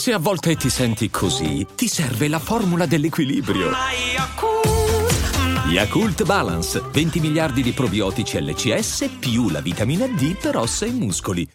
Se a volte ti senti così, ti serve la formula dell'equilibrio. Yakult Balance, 20 miliardi di probiotici LCS più la vitamina D per ossa e muscoli.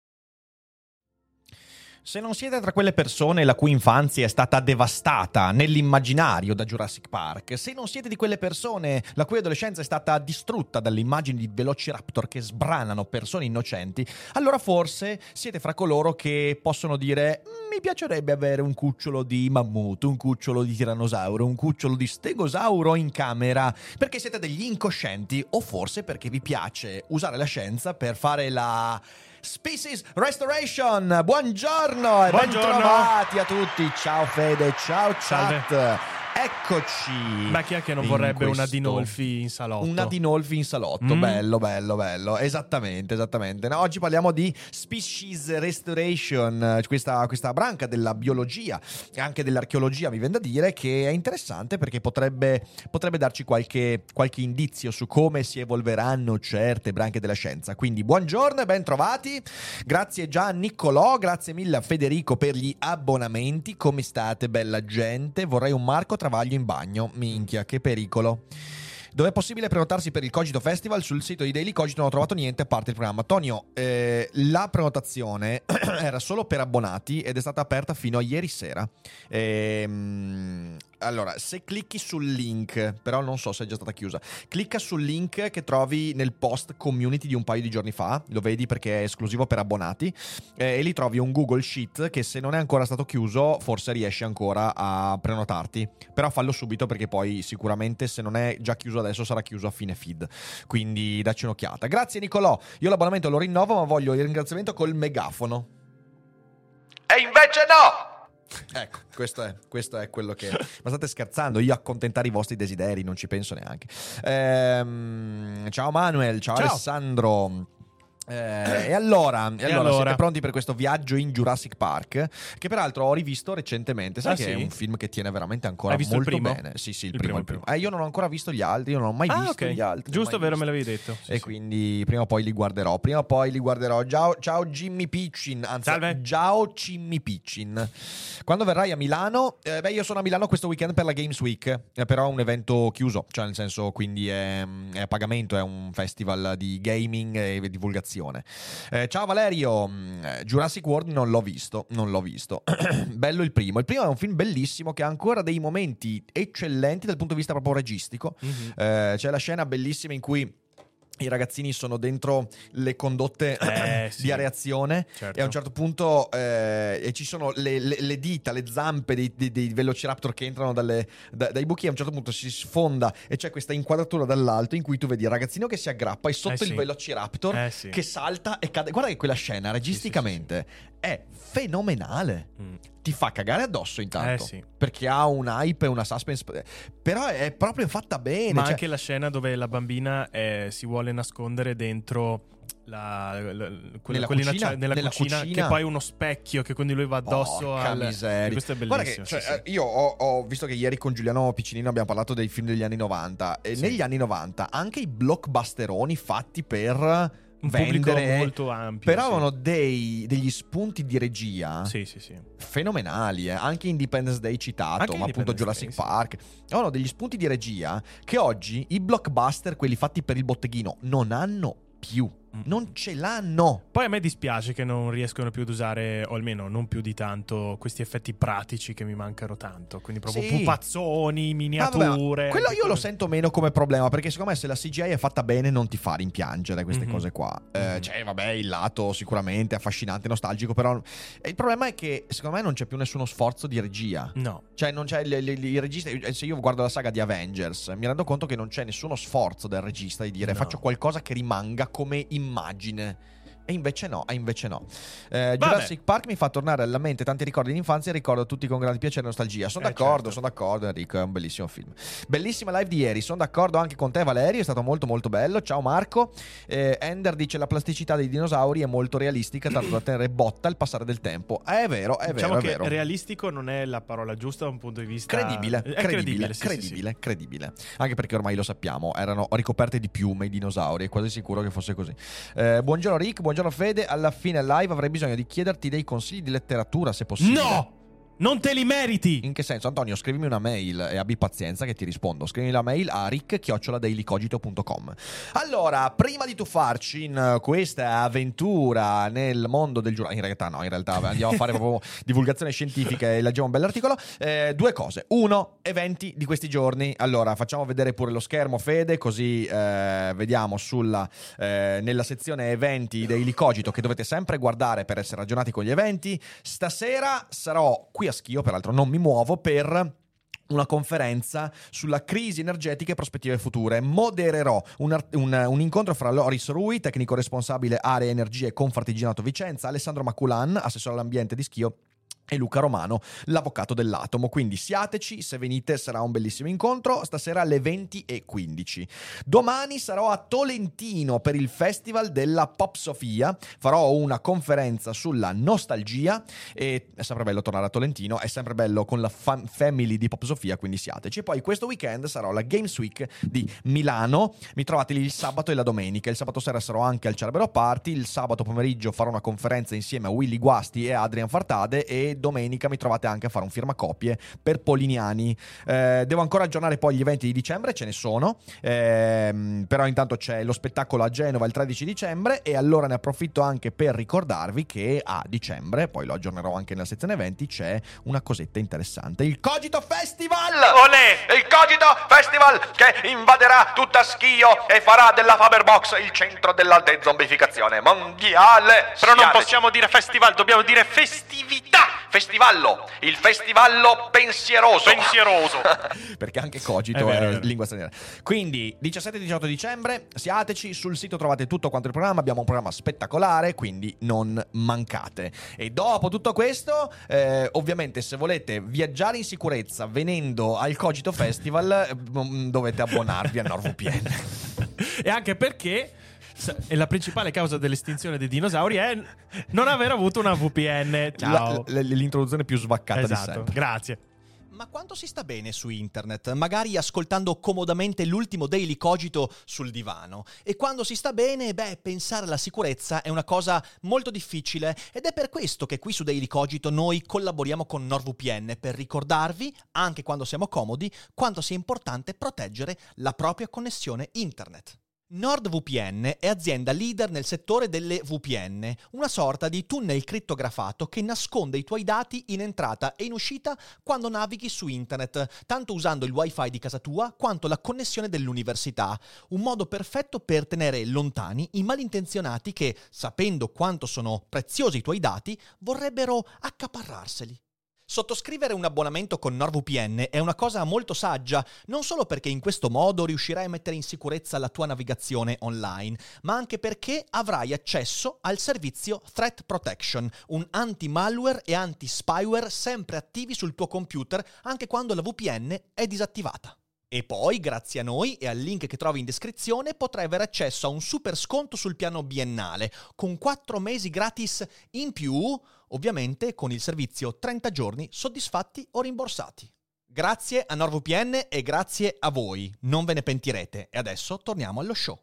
Se non siete tra quelle persone la cui infanzia è stata devastata nell'immaginario da Jurassic Park, se non siete di quelle persone la cui adolescenza è stata distrutta dalle immagini di velociraptor che sbranano persone innocenti, allora forse siete fra coloro che possono dire: mi piacerebbe avere un cucciolo di mammut, un cucciolo di tirannosauro, un cucciolo di stegosauro in camera, perché siete degli incoscienti, o forse perché vi piace usare la scienza per fare la Species Restoration. Buongiorno e bentrovati a tutti. Ciao Fede, ciao chat. Eccoci. Ma chi è che non vorrebbe una Dinolfi in salotto? Una Dinolfi in salotto, bello. Esattamente. No, oggi parliamo di Species Restoration, questa branca della biologia e anche dell'archeologia, mi viene da dire, che è interessante perché potrebbe darci qualche indizio su come si evolveranno certe branche della scienza. Quindi buongiorno e ben trovati. Grazie già a Niccolò, grazie mille a Federico per gli abbonamenti. Come state, bella gente? Vorrei un Marco Travaglio in bagno, minchia, che pericolo. Dove è possibile prenotarsi per il Cogito Festival? Sul sito di Daily Cogito non ho trovato niente a parte il programma. Tonio, la prenotazione era solo per abbonati ed è stata aperta fino a ieri sera. Allora, se clicchi sul link, però non so se è già stata chiusa, clicca sul link che trovi nel post community di un paio di giorni fa, lo vedi perché è esclusivo per abbonati, e lì trovi un Google Sheet che, se non è ancora stato chiuso, forse riesci ancora a prenotarti, però fallo subito perché poi sicuramente, se non è già chiuso adesso, sarà chiuso a fine feed, quindi dacci un'occhiata. Grazie Niccolò, io l'abbonamento lo rinnovo, ma voglio il ringraziamento col megafono. E invece no! Ecco, questo è quello che... Ma state scherzando? Io accontentare i vostri desideri non ci penso neanche. Ciao Manuel, ciao Alessandro. E allora siete pronti per questo viaggio in Jurassic Park, che peraltro ho rivisto recentemente? Sai che è un film che tiene veramente ancora molto bene. Sì, il primo. Io non ho ancora visto gli altri, io non ho mai visto gli altri. Giusto, vero, me l'avevi detto. Quindi prima o poi li guarderò. Ciao Jimmy Piccin. Anzi, salve. Ciao Jimmy Piccin. Quando verrai a Milano? Io sono a Milano questo weekend per la Games Week, però è un evento chiuso, cioè nel senso, quindi è a pagamento, è un festival di gaming e divulgazione. Ciao Valerio, Jurassic World non l'ho visto. Bello il primo è un film bellissimo che ha ancora dei momenti eccellenti dal punto di vista proprio registico. C'è la scena bellissima in cui i ragazzini sono dentro le condotte di areazione, certo. E a un certo punto e ci sono le dita, le zampe dei velociraptor che entrano dai buchi, e a un certo punto si sfonda e c'è questa inquadratura dall'alto in cui tu vedi il ragazzino che si aggrappa e sotto il velociraptor che salta e cade. Guarda che quella scena registicamente è fenomenale. Ti fa cagare addosso intanto, perché ha un hype e una suspense, però è proprio fatta bene. Ma anche la scena dove la bambina si vuole nascondere dentro nella cucina, che poi è uno specchio, che quindi lui va addosso miseria. Questo è bellissimo. Io ho visto che ieri con Giuliano Piccinino abbiamo parlato dei film degli anni 90 e negli anni 90 anche i blockbusteroni fatti per un vendere pubblico molto ampio, però avevano degli spunti di regia fenomenali, anche Independence Day citato, anche ma appunto Jurassic Park avevano degli spunti di regia che oggi i blockbuster, quelli fatti per il botteghino, non hanno più. Non ce l'hanno. Poi a me dispiace che non riescono più ad usare, o almeno non più di tanto, questi effetti pratici che mi mancano tanto. Quindi proprio pupazzoni, miniature. Quello io lo sento meno come problema, perché secondo me se la CGI è fatta bene non ti fa rimpiangere queste cose qua. Il lato sicuramente affascinante, nostalgico, però il problema è che secondo me non c'è più nessuno sforzo di regia. No. Cioè non c'è il regista. Se io guardo la saga di Avengers mi rendo conto che non c'è nessuno sforzo del regista di dire faccio qualcosa che rimanga come immagine. E invece no. Jurassic Park mi fa tornare alla mente tanti ricordi di infanzia e ricordo tutti con grande piacere e nostalgia. Sono d'accordo Enrico, è un bellissimo film. Bellissima live di ieri, sono d'accordo anche con te Valerio, è stato molto molto bello. Ciao Marco. Ender dice la plasticità dei dinosauri è molto realistica, tanto da tenere botta al passare del tempo. È vero. Diciamo che realistico non è la parola giusta da un punto di vista credibile. Anche perché ormai lo sappiamo, erano ricoperte di piume i dinosauri, è quasi sicuro che fosse così. Buongiorno Rick, buongiorno Fede, alla fine live avrei bisogno di chiederti dei consigli di letteratura se possibile. No! Non te li meriti! In che senso? Antonio, scrivimi una mail e abbi pazienza che ti rispondo. Scrivimi la mail a rick@dailycogito.com. Allora, prima di tuffarci in questa avventura nel mondo del giornalismo, in realtà andiamo a fare proprio divulgazione scientifica e leggiamo un bell'articolo. Due cose. Uno, eventi di questi giorni. Allora, facciamo vedere pure lo schermo, Fede, così vediamo nella sezione eventi Daily Cogito, che dovete sempre guardare per essere aggiornati con gli eventi. Stasera sarò qui a Schio, peraltro non mi muovo, per una conferenza sulla crisi energetica e prospettive future. Modererò un incontro fra Loris Rui, tecnico responsabile area energie e Confartigianato Vicenza, Alessandro Maculan, assessore all'ambiente di Schio, e Luca Romano, l'avvocato dell'atomo. Quindi siateci, se venite sarà un bellissimo incontro, stasera alle 20:15. Domani sarò a Tolentino per il festival della Pop Sofia, farò una conferenza sulla nostalgia e è sempre bello tornare a Tolentino, è sempre bello con la family di Pop Sofia, quindi siateci. E poi questo weekend sarò alla Games Week di Milano, mi trovate lì il sabato e la domenica. Il sabato sera sarò anche al Cerbero Party, il sabato pomeriggio farò una conferenza insieme a Willy Guasti e Adrian Fartade e domenica mi trovate anche a fare un firmacopie per Polignani. Devo ancora aggiornare poi gli eventi di dicembre, ce ne sono, però intanto c'è lo spettacolo a Genova il 13 dicembre e allora ne approfitto anche per ricordarvi che a dicembre, poi lo aggiornerò anche nella sezione eventi, c'è una cosetta interessante, il Cogito Festival! Olè! Il Cogito Festival che invaderà tutta Schio e farà della Faberbox il centro della dezombificazione mondiale. Però non possiamo dire festival, dobbiamo dire festività. Festivallo, il festivallo pensieroso. Perché anche Cogito è lingua straniera. Quindi 17-18 dicembre, siateci, sul sito trovate tutto quanto il programma, abbiamo un programma spettacolare, quindi non mancate. E dopo tutto questo, ovviamente se volete viaggiare in sicurezza venendo al Cogito Festival, dovete abbonarvi a NordVPN. E anche perché e la principale causa dell'estinzione dei dinosauri è non aver avuto una VPN. Ciao. L'introduzione più svaccata di sempre. Grazie. Ma quando si sta bene su internet? Magari ascoltando comodamente l'ultimo Daily Cogito sul divano. E quando si sta bene, pensare alla sicurezza è una cosa molto difficile. Ed è per questo che qui su Daily Cogito noi collaboriamo con NordVPN per ricordarvi, anche quando siamo comodi, quanto sia importante proteggere la propria connessione internet. NordVPN è azienda leader nel settore delle VPN, una sorta di tunnel crittografato che nasconde i tuoi dati in entrata e in uscita quando navighi su internet, tanto usando il wifi di casa tua quanto la connessione dell'università. Un modo perfetto per tenere lontani i malintenzionati che, sapendo quanto sono preziosi i tuoi dati, vorrebbero accaparrarseli. Sottoscrivere un abbonamento con NordVPN è una cosa molto saggia, non solo perché in questo modo riuscirai a mettere in sicurezza la tua navigazione online, ma anche perché avrai accesso al servizio Threat Protection, un anti-malware e anti-spyware sempre attivi sul tuo computer anche quando la VPN è disattivata. E poi, grazie a noi e al link che trovi in descrizione, potrai avere accesso a un super sconto sul piano biennale, con 4 mesi gratis in più, ovviamente con il servizio 30 giorni soddisfatti o rimborsati. Grazie a NordVPN e grazie a voi, non ve ne pentirete. E adesso torniamo allo show.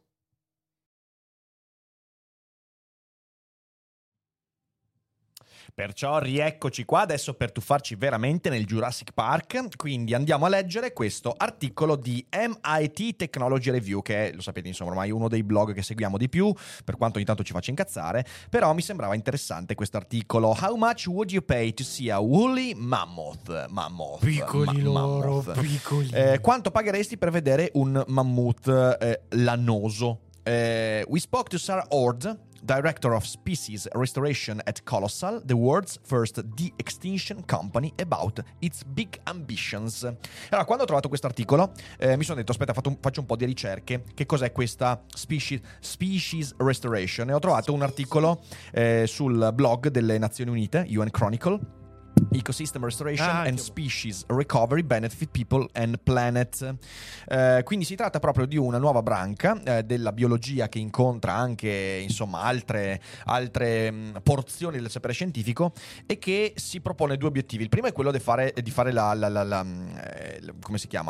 Perciò rieccoci qua adesso per tuffarci veramente nel Jurassic Park, quindi andiamo a leggere questo articolo di MIT Technology Review, che è, lo sapete insomma, ormai uno dei blog che seguiamo di più, per quanto ogni tanto ci faccia incazzare, però mi sembrava interessante questo articolo. How much would you pay to see a woolly mammoth? Piccoli loro, piccoli. Quanto pagheresti per vedere un mammut lanoso? We spoke to Sarah Ord, Director of Species Restoration at Colossal, the world's first de-extinction company, about its big ambitions. Allora, quando ho trovato questo articolo, mi sono detto, aspetta, faccio un po' di ricerche. Che cos'è questa species Restoration? E ho trovato un articolo sul blog delle Nazioni Unite, UN Chronicle, Ecosystem Restoration and Species Recovery Benefit People and Planet. Quindi si tratta proprio di una nuova branca della biologia che incontra anche insomma altre porzioni del sapere scientifico e che si propone due obiettivi. Il primo è quello di fare come si chiama?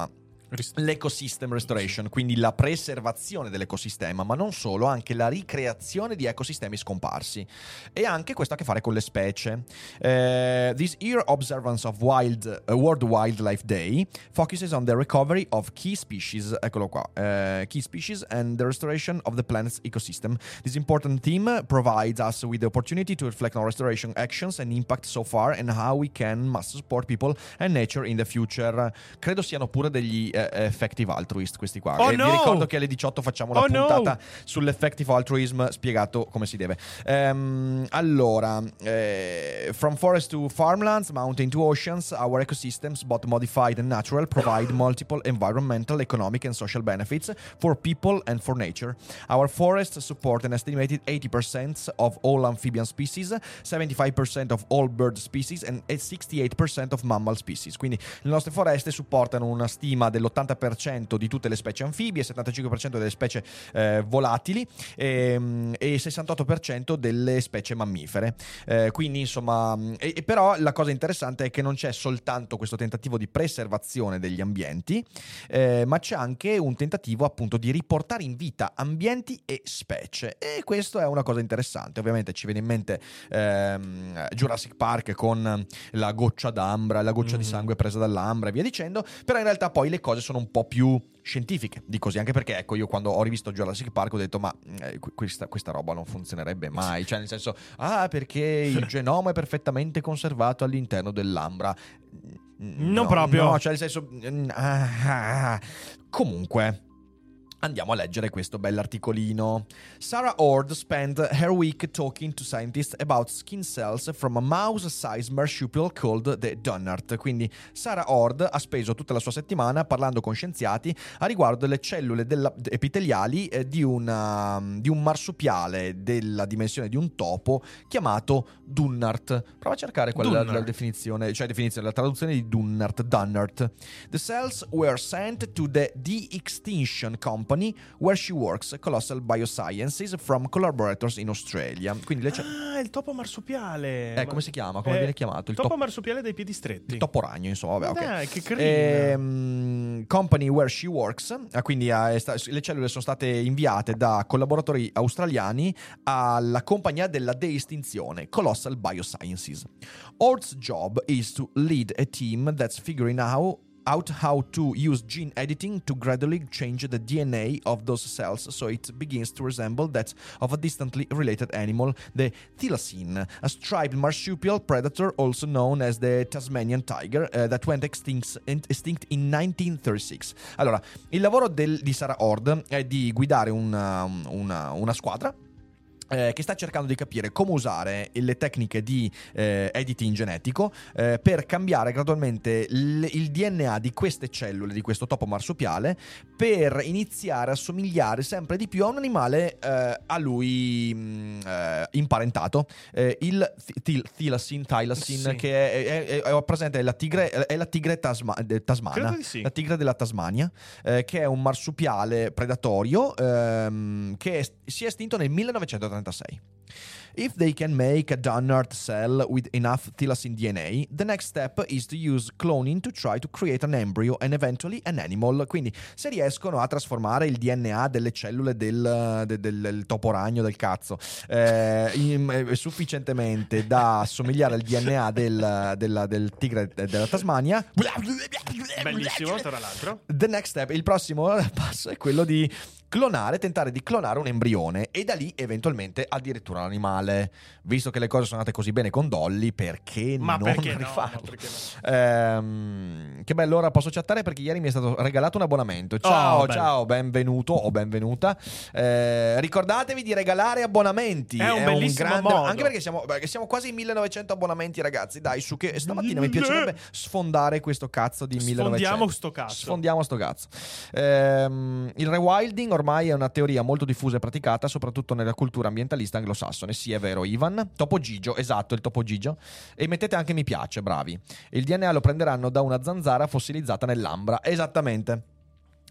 l'ecosystem restoration, quindi la preservazione dell'ecosistema, ma non solo, anche la ricreazione di ecosistemi scomparsi. E anche questo ha a che fare con le specie. This year observance of World Wildlife Day focuses on the recovery of key species, eccolo qua, key species and the restoration of the planet's ecosystem. This important theme provides us with the opportunity to reflect on restoration actions and impact so far and how we must support people and nature in the future. Credo siano pure degli effective altruist questi qua. Vi ricordo che alle 18 facciamo una puntata sull'effective altruism spiegato come si deve. Allora, from forest to farmlands, mountain to oceans, our ecosystems, both modified and natural, provide multiple environmental, economic and social benefits for people and for nature. Our forests support an estimated 80% of all amphibian species, 75% of all bird species and 68% of mammal species. Quindi le nostre foreste supportano una stima dell'80% di tutte le specie anfibie, 75% delle specie volatili e 68% delle specie mammifere. Quindi insomma, però la cosa interessante è che non c'è soltanto questo tentativo di preservazione degli ambienti, ma c'è anche un tentativo appunto di riportare in vita ambienti e specie, e questo è una cosa interessante. Ovviamente ci viene in mente Jurassic Park con la goccia d'ambra, la goccia di sangue presa dall'ambra e via dicendo, però in realtà poi le cose sono un po' più scientifiche di così, anche perché ecco, io quando ho rivisto Jurassic Park ho detto ma questa roba non funzionerebbe mai, cioè nel senso perché il genoma è perfettamente conservato all'interno dell'ambra. Non proprio, no, cioè nel senso comunque andiamo a leggere questo bell'articolino. Sarah Ord spent her week talking to scientists about skin cells from a mouse-sized marsupial called the Dunnart. Quindi Sarah Ord ha speso tutta la sua settimana parlando con scienziati a riguardo delle cellule epiteliali di un marsupiale della dimensione di un topo chiamato Dunnart. Prova a cercare qual è la definizione, la traduzione di Dunnart. The cells were sent to the De-Extinction Company where she works, Colossal Biosciences, from collaborators in Australia. Quindi il topo marsupiale. Come si chiama? Come viene chiamato? Il topo marsupiale dai piedi stretti. Il topo ragno, insomma, vabbè, Dai, che carino. Company where she works, quindi le cellule sono state inviate da collaboratori australiani alla compagnia della de-estinzione, Colossal Biosciences. Ord's job is to lead a team that's figuring out how to use gene editing to gradually change the DNA of those cells so it begins to resemble that of a distantly related animal, the thylacine, a striped marsupial predator also known as the Tasmanian tiger, that went extinct in 1936. Allora, il lavoro di Sarah Ord è di guidare una squadra che sta cercando di capire come usare le tecniche di editing genetico per cambiare gradualmente il DNA di queste cellule, di questo topo marsupiale, per iniziare a somigliare sempre di più a un animale a lui imparentato, il thylacine, sì, che è presente, è la tigre tasmana, sì. La tigre della Tasmania, che è un marsupiale predatorio che si è estinto nel 1936. If they can make a Dunnart cell with enough thylacine DNA, the next step is to use cloning to try to create an embryo and eventually an animal. Quindi se riescono a trasformare il DNA delle cellule del topo ragno del cazzo sufficientemente da assomigliare al DNA del tigre della Tasmania, bellissimo, tra l'altro, the next step, il prossimo passo è quello di tentare di clonare un embrione e da lì eventualmente addirittura l'animale. Visto che le cose sono andate così bene con Dolly, perché non rifarlo? Che bello, ora posso chattare perché ieri mi è stato regalato un abbonamento. Ciao, benvenuto o benvenuta. Ricordatevi di regalare abbonamenti. È un bellissimo modo. Anche perché siamo quasi 1900 abbonamenti, ragazzi. Dai, su che stamattina mi piacerebbe sfondare questo cazzo di 1900. Sfondiamo sto cazzo. Il rewilding ormai è una teoria molto diffusa e praticata soprattutto nella cultura ambientalista anglosassone. Sì, è vero, Ivan. Topo Gigio, esatto, il Topo Gigio. E mettete anche mi piace, bravi. Il DNA lo prenderanno da una zanzara fossilizzata nell'ambra. Esattamente.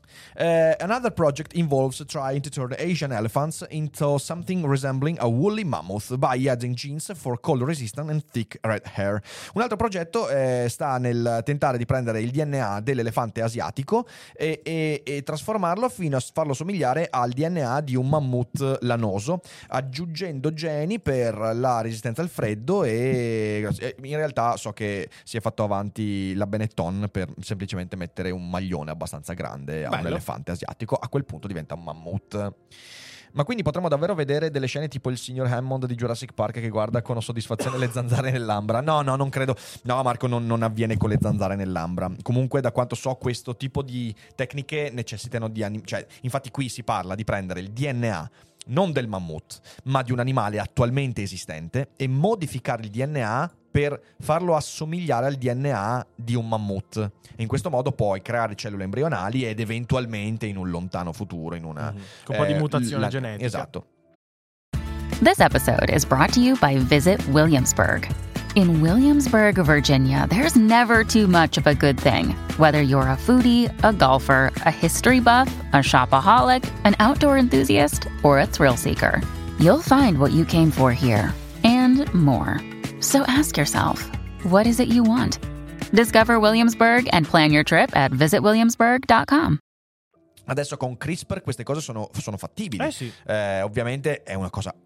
Another project involves trying to turn Asian elephants into something resembling a woolly mammoth by adding genes for cold resistant and thick red hair. Un altro progetto sta nel tentare di prendere il DNA dell'elefante asiatico e trasformarlo fino a farlo somigliare al DNA di un mammut lanoso, aggiungendo geni per la resistenza al freddo e in realtà so che si è fatto avanti la Benetton per semplicemente mettere un maglione abbastanza grande a un elefante asiatico. A quel punto diventa un mammut. Ma quindi potremmo davvero vedere delle scene tipo il signor Hammond di Jurassic Park che guarda con soddisfazione le zanzare nell'ambra? No, non credo. No, Marco, non avviene con le zanzare nell'ambra. Comunque, da quanto so, questo tipo di tecniche necessitano di cioè, infatti qui si parla di prendere il DNA non del mammut, ma di un animale attualmente esistente e modificare il DNA per farlo assomigliare al DNA di un mammut. E in questo modo puoi creare cellule embrionali ed eventualmente in un lontano futuro, in una... un po' di mutazione genetica. Esatto. This episode is brought to you by Visit Williamsburg. In Williamsburg, Virginia, there's never too much of a good thing. Whether you're a foodie, a golfer, a history buff, a shopaholic, an outdoor enthusiast, or a thrill seeker, you'll find what you came for here and more. So ask yourself, what is it you want? Discover Williamsburg and plan your trip at visitwilliamsburg.com. Adesso con CRISPR queste cose sono fattibili. Sì. Ovviamente è una cosa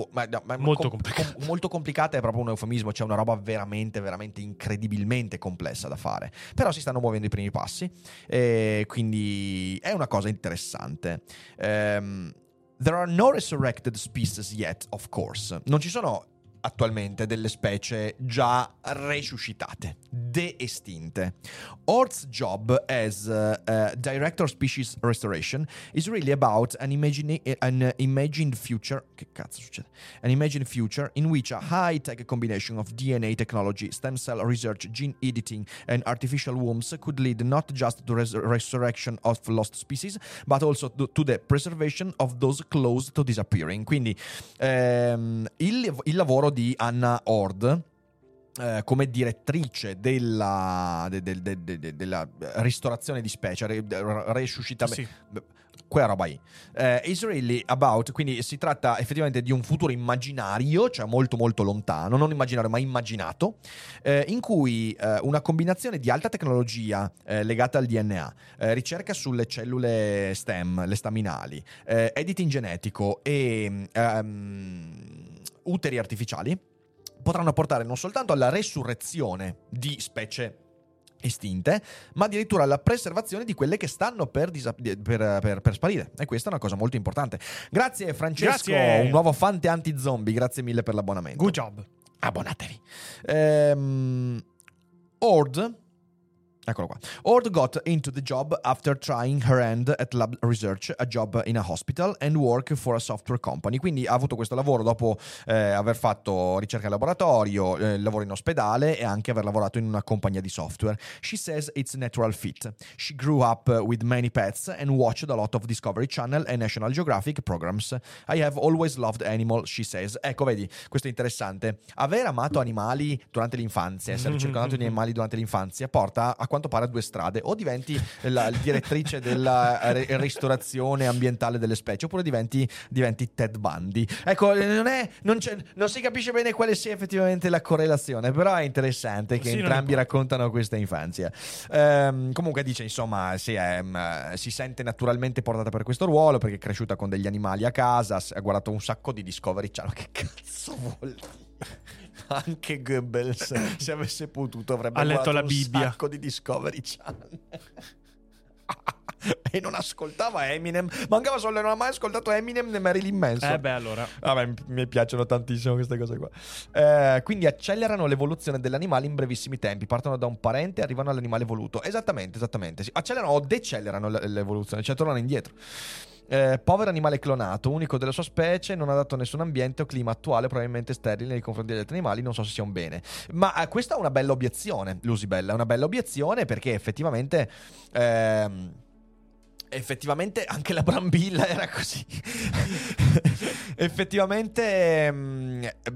molto complicata, è proprio un eufemismo, c'è una roba veramente veramente incredibilmente complessa da fare, però si stanno muovendo i primi passi, quindi è una cosa interessante. There are no resurrected species yet, of course. Non ci sono attualmente delle specie già resuscitate, de-estinte. Ord's job as Director Species Restoration is really about an imagined future. Che cazzo succede? An imagined future in which a high-tech combination of DNA technology, stem cell research, gene editing, and artificial wombs could lead not just to resurrection of lost species, but also to the preservation of those close to disappearing. Quindi il lavoro di Anna Ord come direttrice della ristorazione di specie, resuscitamento, quella roba lì, is really about, quindi si tratta effettivamente di un futuro immaginario, cioè molto molto lontano, non immaginario ma immaginato, in cui una combinazione di alta tecnologia legata al DNA, ricerca sulle cellule stem, le staminali, editing genetico e uteri artificiali potranno portare non soltanto alla resurrezione di specie estinte, ma addirittura alla preservazione di quelle che stanno per sparire. E questa è una cosa molto importante. Grazie Francesco, un nuovo fante anti-zombie, grazie mille per l'abbonamento. Good job. Abbonatevi. Eccolo qua. Ord got into the job after trying her hand at lab research, a job in a hospital, and work for a software company. Quindi ha avuto questo lavoro dopo aver fatto ricerca in laboratorio, lavoro in ospedale e anche aver lavorato in una compagnia di software. She says it's a natural fit. She grew up with many pets and watched a lot of Discovery Channel and National Geographic programs. I have always loved animals, she says. Ecco, vedi, questo è interessante. Aver amato animali durante l'infanzia, essere circondato di animali durante l'infanzia, porta a quanto pare a due strade: o diventi la direttrice della ristorazione ambientale delle specie, oppure diventi Ted Bundy. Ecco, non si capisce bene quale sia effettivamente la correlazione, però è interessante che entrambi raccontano questa infanzia. Comunque dice, insomma, si sente naturalmente portata per questo ruolo perché è cresciuta con degli animali a casa, ha guardato un sacco di Discovery Channel. Che cazzo vuol dire? Anche Goebbels, se avesse potuto, avrebbe letto la Bibbia. Un sacco di Discovery Channel. E non ascoltava Eminem. Mancava solo, non ha mai ascoltato Eminem né Marilyn Manson. Allora. Vabbè, mi piacciono tantissimo queste cose qua. Quindi accelerano l'evoluzione dell'animale in brevissimi tempi. Partono da un parente e arrivano all'animale evoluto. Esattamente. Sì. Accelerano o decelerano l'evoluzione, cioè tornano indietro. Povero animale clonato, unico della sua specie, non adatto a nessun ambiente o clima attuale, probabilmente sterile nei confronti degli altri animali, non so se sia un bene. Ma questa è una bella obiezione, Lusibella, è una bella obiezione perché effettivamente anche la Brambilla era così. Effettivamente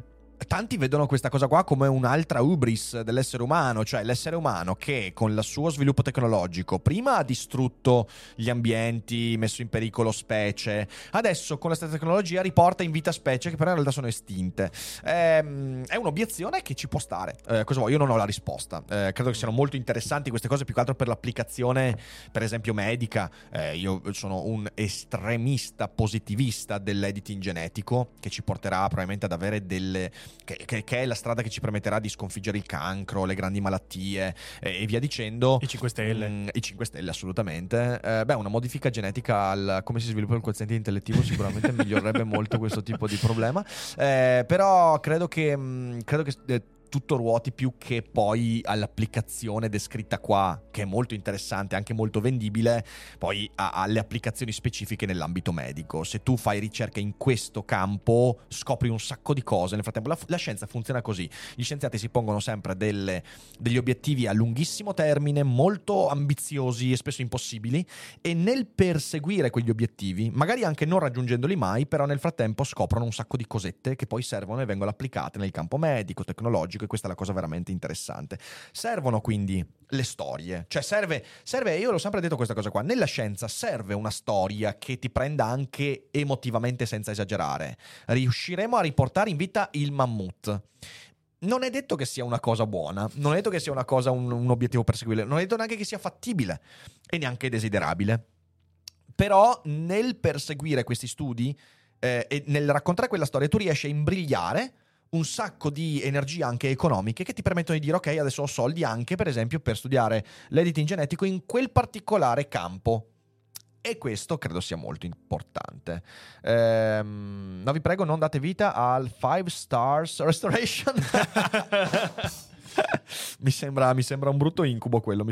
tanti vedono questa cosa qua come un'altra hubris dell'essere umano, cioè l'essere umano che con il suo sviluppo tecnologico prima ha distrutto gli ambienti, messo in pericolo specie, adesso con la stessa tecnologia riporta in vita specie che però in realtà sono estinte. È un'obiezione che ci può stare. Cosa vuoi? Io non ho la risposta. Credo che siano molto interessanti queste cose, più che altro per l'applicazione, per esempio medica. Io sono un estremista positivista dell'editing genetico, che ci porterà probabilmente ad avere delle che è la strada che ci permetterà di sconfiggere il cancro, le grandi malattie e via dicendo. I 5 Stelle. I 5 Stelle, assolutamente. Una modifica genetica al come si sviluppa il quoziente intellettivo sicuramente migliorerebbe molto questo tipo di problema. Però credo che tutto ruoti più che poi all'applicazione descritta qua, che è molto interessante, anche molto vendibile, poi alle applicazioni specifiche nell'ambito medico. Se tu fai ricerca in questo campo scopri un sacco di cose. Nel frattempo la scienza funziona così: gli scienziati si pongono sempre degli obiettivi a lunghissimo termine, molto ambiziosi e spesso impossibili, e nel perseguire quegli obiettivi, magari anche non raggiungendoli mai, però nel frattempo scoprono un sacco di cosette che poi servono e vengono applicate nel campo medico, tecnologico, e questa è la cosa veramente interessante. Servono quindi le storie, cioè serve, io l'ho sempre detto questa cosa qua, nella scienza serve una storia che ti prenda anche emotivamente senza esagerare. Riusciremo a riportare in vita il mammut. Non è detto che sia una cosa buona, non è detto che sia una cosa, un obiettivo perseguibile, non è detto neanche che sia fattibile e neanche desiderabile. Però nel perseguire questi studi e nel raccontare quella storia tu riesci a imbrigliare un sacco di energie anche economiche che ti permettono di dire ok, adesso ho soldi anche per esempio per studiare l'editing genetico in quel particolare campo. E questo credo sia molto importante. No, vi prego, non date vita al 5 Stars Restoration. mi sembra un brutto incubo quello,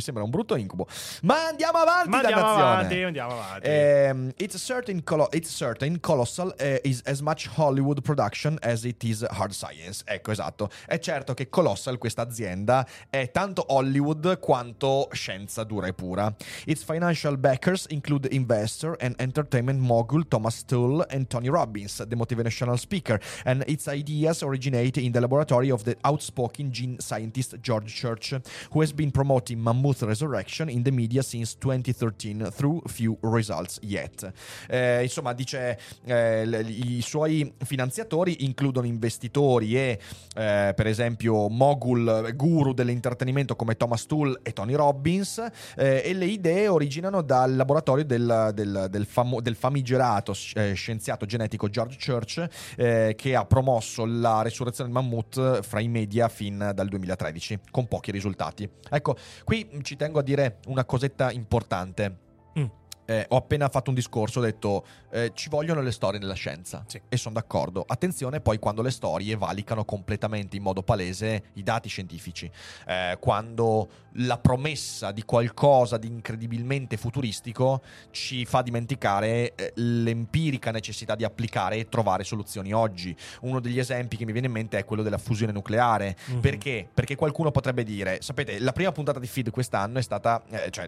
ma andiamo avanti, andiamo avanti. It's certain Colossal is as much Hollywood production as it is hard science. Ecco, esatto, è certo che Colossal, questa azienda, è tanto Hollywood quanto scienza dura e pura. Its financial backers include investor and entertainment mogul Thomas Tull and Tony Robbins, the motivational speaker, and its ideas originate in the laboratory of the outspoken gene scientist George Church, who has been promoting mammoth resurrection in the media since 2013 through few results yet. Insomma, dice i suoi finanziatori includono investitori e per esempio mogul, guru dell'intrattenimento come Thomas Tull e Tony Robbins, e le idee originano dal laboratorio del famigerato scienziato genetico George Church, che ha promosso la resurrezione del mammut fra i media fin dal 2013 con pochi risultati. Ecco, qui ci tengo a dire una cosetta importante. Ho appena fatto un discorso, ho detto ci vogliono le storie nella scienza, sì, e sono d'accordo. Attenzione poi quando le storie valicano completamente in modo palese i dati scientifici, quando la promessa di qualcosa di incredibilmente futuristico ci fa dimenticare l'empirica necessità di applicare e trovare soluzioni oggi. Uno degli esempi che mi viene in mente è quello della fusione nucleare. Perché? Perché qualcuno potrebbe dire, sapete, la prima puntata di Feed quest'anno è stata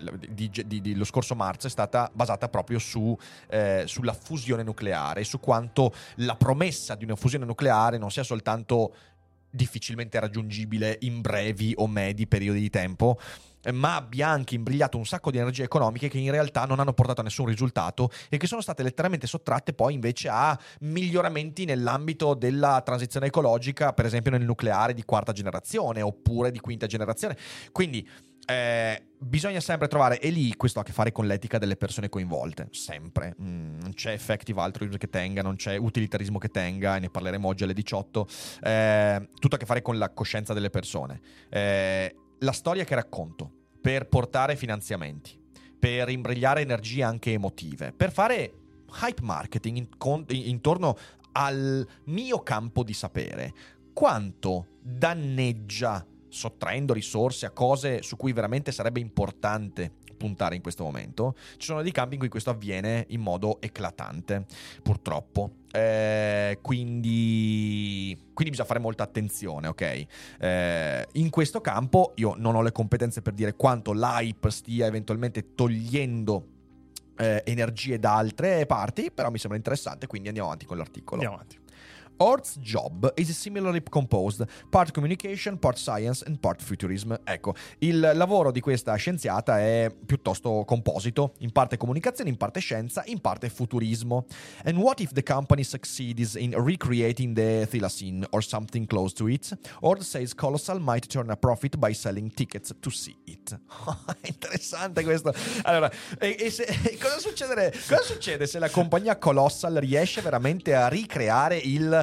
lo scorso marzo è stata basata proprio sulla fusione nucleare, su quanto la promessa di una fusione nucleare non sia soltanto difficilmente raggiungibile in brevi o medi periodi di tempo, ma abbia anche imbrigliato un sacco di energie economiche che in realtà non hanno portato a nessun risultato e che sono state letteralmente sottratte poi invece a miglioramenti nell'ambito della transizione ecologica, per esempio nel nucleare di quarta generazione oppure di quinta generazione. Quindi bisogna sempre trovare, e lì questo ha a che fare con l'etica delle persone coinvolte, sempre. Non c'è effective altruism che tenga, non c'è utilitarismo che tenga, e ne parleremo oggi alle 18. Tutto a che fare con la coscienza delle persone. La storia che racconto per portare finanziamenti, per imbrigliare energie anche emotive, per fare hype marketing intorno al mio campo di sapere, quanto danneggia sottraendo risorse a cose su cui veramente sarebbe importante puntare in questo momento. Ci sono dei campi in cui questo avviene in modo eclatante, purtroppo. Quindi bisogna fare molta attenzione, ok? In questo campo io non ho le competenze per dire quanto l'hype stia eventualmente togliendo energie da altre parti, però mi sembra interessante, quindi andiamo avanti con l'articolo. Andiamo avanti. Ord's job is similarly composed, part communication, part science and part futurism. Ecco, il lavoro di questa scienziata è piuttosto composito, in parte comunicazione, in parte scienza, in parte futurismo. And what if the company succeeds in recreating the Thylacine or something close to it? Ord says Colossal might turn a profit by selling tickets to see it. Interessante questo. Allora, cosa succede se la compagnia Colossal riesce veramente a ricreare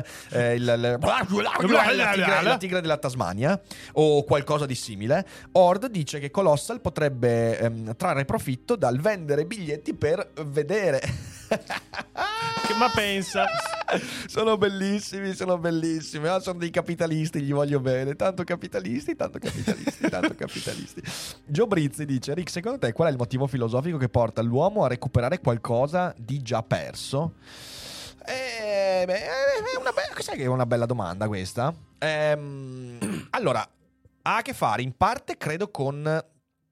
la tigre della Tasmania o qualcosa di simile? Ord dice che Colossal potrebbe trarre profitto dal vendere biglietti per vedere. Ma pensa, sono bellissimi. Sono dei capitalisti, gli voglio bene. Tanto capitalisti. Joe Brizzi dice: Rick, secondo te qual è il motivo filosofico che porta l'uomo a recuperare qualcosa di già perso? Sai che è una bella domanda questa. Allora, ha a che fare in parte, credo, con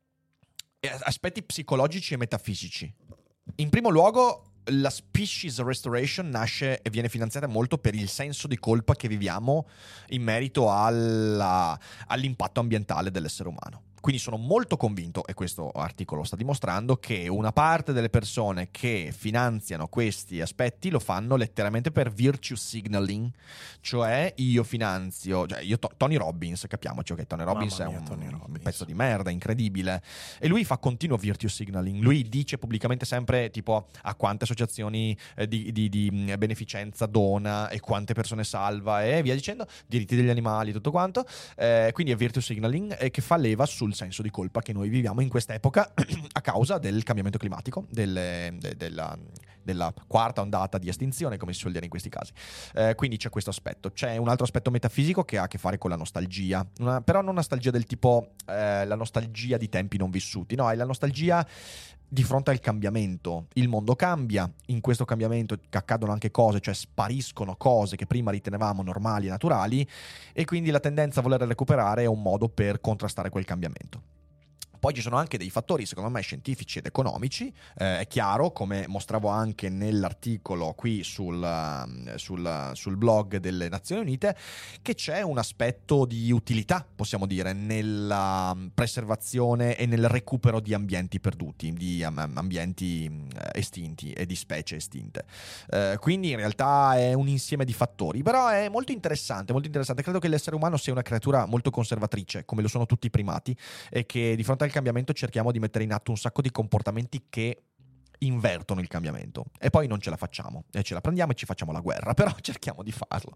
aspetti psicologici e metafisici. In primo luogo, la species restoration nasce e viene finanziata molto per il senso di colpa che viviamo in merito all'impatto ambientale dell'essere umano. Quindi sono molto convinto, e questo articolo sta dimostrando, che una parte delle persone che finanziano questi aspetti lo fanno letteralmente per virtue signaling, cioè io finanzio, Tony Robbins, capiamoci, ok, Tony Robbins è un pezzo di merda incredibile, e lui fa continuo virtue signaling. Lui dice pubblicamente sempre tipo a quante associazioni di beneficenza dona e quante persone salva e via dicendo, diritti degli animali, tutto quanto, quindi è virtue signaling che fa leva sul senso di colpa che noi viviamo in quest'epoca a causa del cambiamento climatico, della quarta ondata di estinzione, come si suol dire in questi casi. Quindi c'è questo aspetto. C'è un altro aspetto metafisico che ha a che fare con la nostalgia, però non nostalgia del tipo la nostalgia di tempi non vissuti, no, è la nostalgia di fronte al cambiamento. Il mondo cambia, in questo cambiamento accadono anche cose, cioè spariscono cose che prima ritenevamo normali e naturali, e quindi la tendenza a voler recuperare è un modo per contrastare quel cambiamento. Poi ci sono anche dei fattori, secondo me, scientifici ed economici. È chiaro, come mostravo anche nell'articolo qui sul blog delle Nazioni Unite, che c'è un aspetto di utilità, possiamo dire, nella preservazione e nel recupero di ambienti perduti, di ambienti estinti e di specie estinte. Quindi in realtà è un insieme di fattori, però è molto interessante. Credo che l'essere umano sia una creatura molto conservatrice, come lo sono tutti i primati, e che di fronte al cambiamento cerchiamo di mettere in atto un sacco di comportamenti che invertono il cambiamento, e poi non ce la facciamo e ce la prendiamo e ci facciamo la guerra, però cerchiamo di farlo.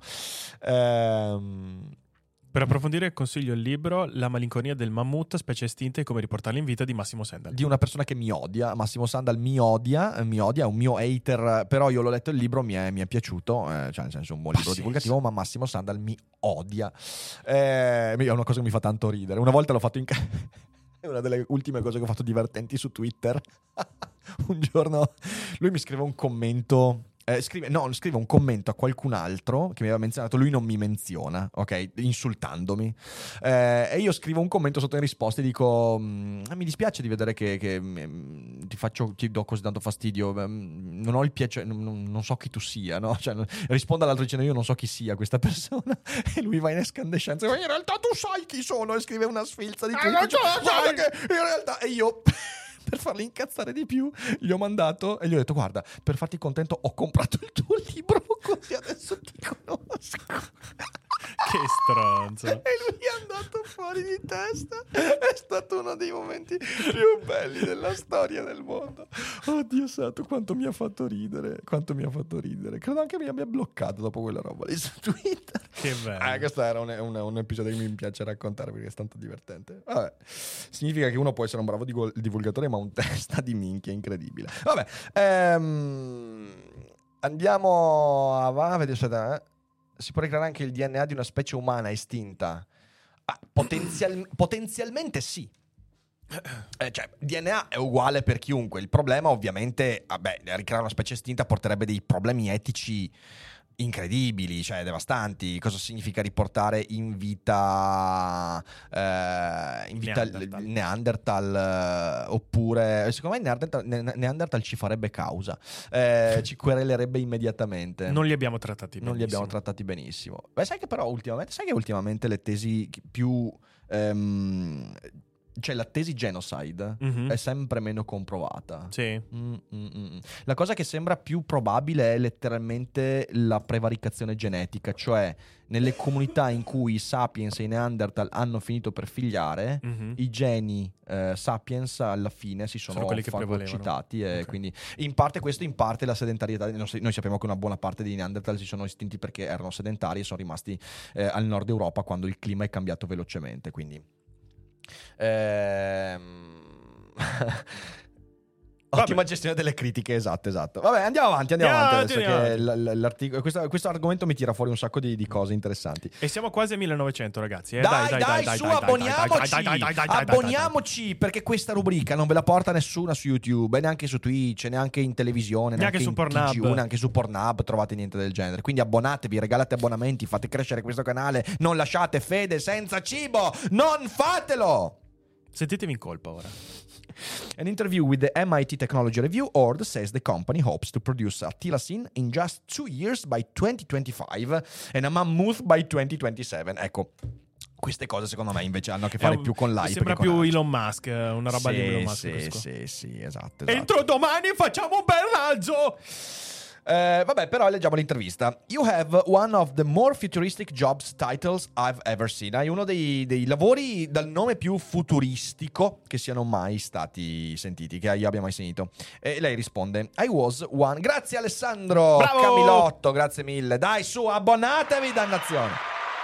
Per approfondire consiglio il libro La malinconia del mammut, specie estinte e come riportarla in vita, di Massimo Sandal, di una persona che mi odia. Massimo Sandal mi odia, è un mio hater, però io l'ho letto il libro, mi è piaciuto, cioè nel senso un buon libro divulgativo, ma Massimo Sandal mi odia. È una cosa che mi fa tanto ridere. Una volta l'ho fatto è una delle ultime cose che ho fatto divertenti su Twitter. Un giorno lui mi scrive un commento. Scrive un commento a qualcun altro che mi aveva menzionato, lui non mi menziona, ok, insultandomi, e io scrivo un commento sotto in risposta e dico: mi dispiace di vedere che ti do così tanto fastidio, non ho il piacere, non so chi tu sia, no? Cioè, rispondo all'altro dicendo: io non so chi sia questa persona, e lui va in escandescenza, in realtà tu sai chi sono, e scrive una sfilza di tweet, che in realtà, e io per farli incazzare di più gli ho mandato e gli ho detto: guarda, per farti contento ho comprato il tuo libro, così adesso ti conosco. Che stronzo. E lui è andato fuori di testa. È stato uno dei momenti più belli della storia del mondo. Oddio santo, quanto mi ha fatto ridere. Credo anche mi abbia bloccato dopo quella roba lì su Twitter. Che bello. Questo era un episodio che mi piace raccontare perché è tanto divertente. Vabbè, significa che uno può essere un bravo divulgatore ma un testa di minchia incredibile. Vabbè, andiamo avanti. Si può ricreare anche il DNA di una specie umana estinta? Potenzialmente sì. Cioè, DNA è uguale per chiunque. Il problema ovviamente, ricreare una specie estinta porterebbe dei problemi etici incredibili, cioè devastanti. Cosa significa riportare in vita Neanderthal, oppure secondo me Neanderthal ci farebbe causa, ci querelerebbe immediatamente. Non li abbiamo trattati benissimo. Beh, sai che ultimamente le tesi più cioè la tesi genocide è sempre meno comprovata. Sì. La cosa che sembra più probabile è letteralmente la prevaricazione genetica, cioè nelle comunità in cui i sapiens e i Neanderthal hanno finito per figliare, i geni sapiens alla fine si sono fagocitati, e quindi in parte questo, in parte la sedentarietà. Noi sappiamo che una buona parte dei Neanderthal si sono estinti perché erano sedentari e sono rimasti al nord Europa quando il clima è cambiato velocemente, quindi ottima gestione delle critiche, esatto. Vabbè, andiamo avanti adesso, che questo argomento mi tira fuori un sacco di cose interessanti. E siamo quasi a 1900, ragazzi. Dai, abboniamoci, perché questa rubrica non ve la porta nessuna su YouTube, neanche su Twitch, neanche in televisione, neanche su Pornhub. Neanche su Pornhub trovate niente del genere. Quindi abbonatevi, regalate abbonamenti, fate crescere questo canale, non lasciate fede senza cibo, non fatelo! Sentitevi in colpa ora. An interview with the MIT Technology Review, Ord says the company hopes to produce a thylacine in just 2 years by 2025 and a mammoth by 2027. Ecco, queste cose secondo me invece hanno a che fare più con l'hype. Sembra più Elon Musk, una roba di Elon Musk. Sì, esatto. Entro domani facciamo un bel razzo! Vabbè, però leggiamo l'intervista. You have one of the more futuristic jobs titles I've ever seen. Hai uno dei lavori dal nome più futuristico che siano mai stati sentiti, che io abbia mai sentito. E lei risponde: I was one. Grazie Alessandro. Bravo! Camilotto, grazie mille. Dai, su, abbonatevi, dannazione.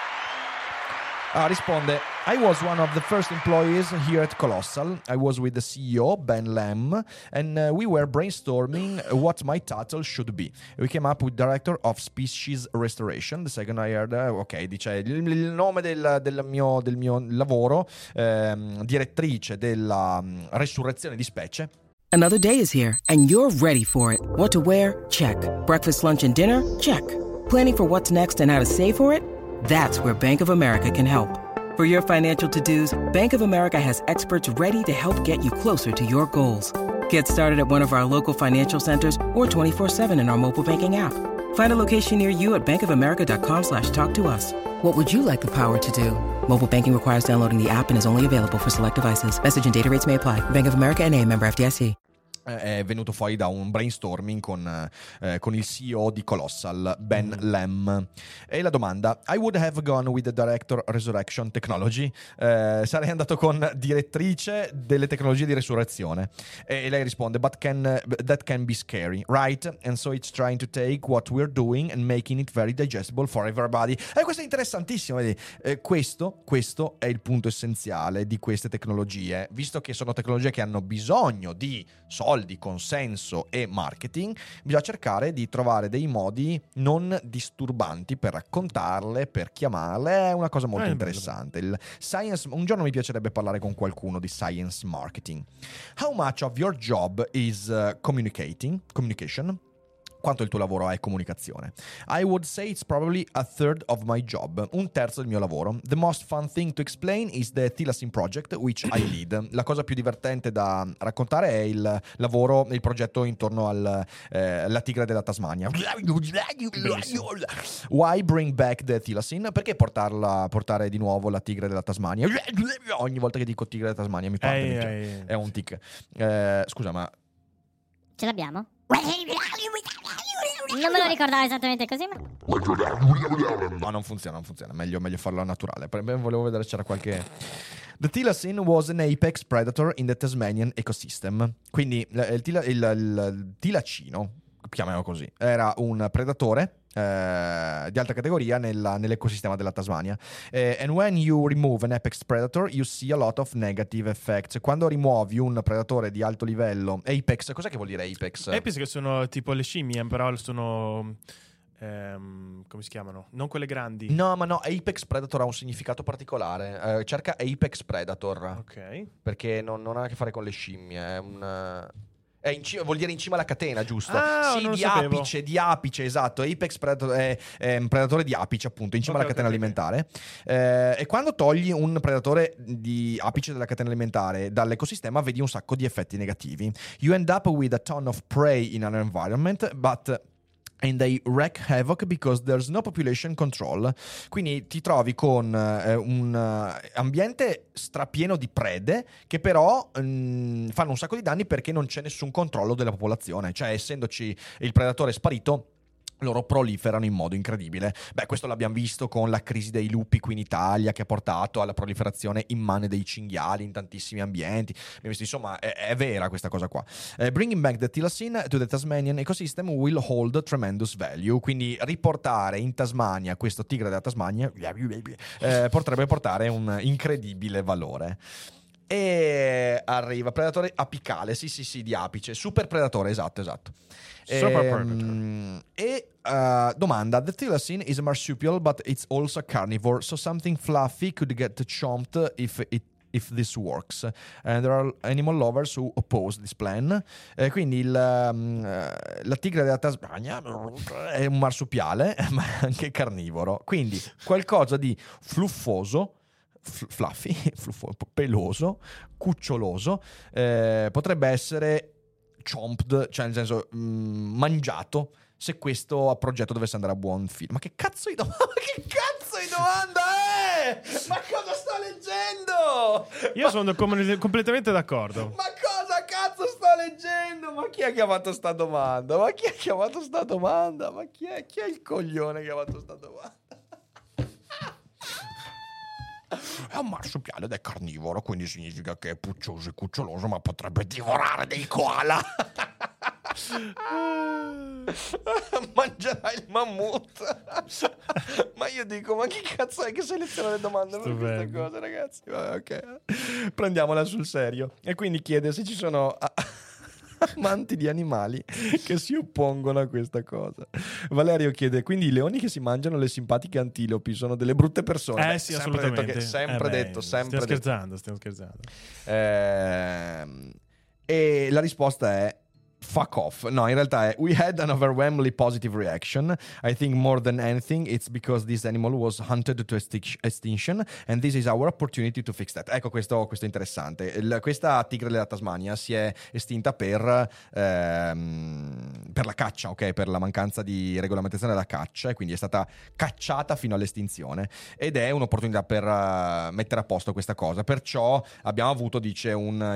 Risponde: I was one of the first employees here at Colossal. I was with the CEO, Ben Lam, and we were brainstorming what my title should be. We came up with Director of Species Restoration. The second I heard, dice il nome del mio lavoro, direttrice della resurrezione di specie. Another day is here, and you're ready for it. What to wear? Check. Breakfast, lunch, and dinner? Check. Planning for what's next and how to save for it? That's where Bank of America can help. For your financial to-dos, Bank of America has experts ready to help get you closer to your goals. Get started at one of our local financial centers or 24/7 in our mobile banking app. Find a location near you at bankofamerica.com/talktous. What would you like the power to do? Mobile banking requires downloading the app and is only available for select devices. Message and data rates may apply. Bank of America N.A., member FDIC. È venuto fuori da un brainstorming con il CEO di Colossal, Ben Lam. E la domanda: I would have gone with the Director Resurrection Technology. Sarei andato con direttrice delle tecnologie di resurrezione. E lei risponde: But that can be scary, right? And so it's trying to take what we're doing and making it very digestible for everybody. E questo è interessantissimo. Questo è il punto essenziale di queste tecnologie, visto che sono tecnologie che hanno bisogno di soldi, consenso e marketing. Bisogna cercare di trovare dei modi non disturbanti per raccontarle, per chiamarle. È una cosa molto interessante. Il science, un giorno mi piacerebbe parlare con qualcuno di science marketing. How much of your job is communication? Quanto il tuo lavoro è comunicazione? I would say it's probably a third of my job. Un terzo del mio lavoro. The most fun thing to explain is the Thylacine project, which I lead. La cosa più divertente da raccontare è il lavoro, il progetto intorno alla tigre della Tasmania. Why bring back the Thylacine? Perché portare di nuovo la tigre della Tasmania? Ogni volta che dico tigre della Tasmania mi parte. È un tic. Scusa, ma... Ce l'abbiamo? Non me lo ricordavo esattamente così, ma... No, non funziona. Meglio farlo naturale. Volevo vedere se c'era qualche... The thylacine was an apex predator in the Tasmanian ecosystem. Quindi il tilacino, chiamiamolo così, era un predatore di alta categoria nell'ecosistema della Tasmania. And when you remove an apex predator you see a lot of negative effects. Quando rimuovi un predatore di alto livello, apex, cos'è che vuol dire apex? Apex che sono tipo le scimmie, però sono come si chiamano? Non quelle grandi. No, apex predator ha un significato particolare. Cerca apex predator. Ok. Perché non ha a che fare con le scimmie, è vuol dire in cima alla catena, giusto? Sì, di apice, esatto. Apex Predator è un predatore di apice, appunto, in cima alla catena alimentare. E quando togli un predatore di apice della catena alimentare dall'ecosistema, vedi un sacco di effetti negativi. You end up with a ton of prey in an environment, and they wreak havoc because there's no population control. Quindi ti trovi con un ambiente strapieno di prede che però fanno un sacco di danni perché non c'è nessun controllo della popolazione. Cioè, essendoci il predatore sparito, loro proliferano in modo incredibile. Questo l'abbiamo visto con la crisi dei lupi qui in Italia, che ha portato alla proliferazione immane dei cinghiali in tantissimi ambienti. Insomma, è vera questa cosa qua. Bringing back the thylacine to the Tasmanian ecosystem will hold tremendous value. Quindi riportare in Tasmania questo tigre della Tasmania potrebbe portare un incredibile valore. E arriva predatore apicale, sì, di apice, super predatore, esatto. Domanda: the thylacine is a marsupial, but it's also a carnivore, so something fluffy could get chomped if this works. And there are animal lovers who oppose this plan. Quindi la tigre della Tasmania è un marsupiale, ma anche carnivoro. Quindi qualcosa di fluffoso, fluffy, peloso, cuccioloso, potrebbe essere chomped, cioè nel senso mangiato, se questo progetto dovesse andare a buon fine. Ma che cazzo di domanda è? Ma cosa sto leggendo? Io sono completamente d'accordo. Ma cosa cazzo sto leggendo? Ma chi ha chiamato sta domanda? Ma chi è il coglione che ha fatto sta domanda? È un marsupiale ed è carnivoro, quindi significa che è puccioso e cuccioloso, ma potrebbe divorare dei koala. Mangerà il mammut. Ma io dico, ma chi cazzo è che seleziona le domande per queste cose, ragazzi? Ok, prendiamola sul serio. E quindi chiede se ci sono amanti di animali che si oppongono a questa cosa. Valerio chiede: quindi i leoni che si mangiano le simpatiche antilopi sono delle brutte persone? Sì, assolutamente. Sempre detto. Stiamo scherzando. E la risposta è fuck off. No, in realtà è: we had an overwhelmingly positive reaction. I think more than anything it's because this animal was hunted to extinction and this is our opportunity to fix that. Ecco, questo è interessante. Questa tigre della Tasmania si è estinta per la caccia, ok? Per la mancanza di regolamentazione della caccia, e quindi è stata cacciata fino all'estinzione, ed è un'opportunità per mettere a posto questa cosa. Perciò abbiamo avuto, dice, una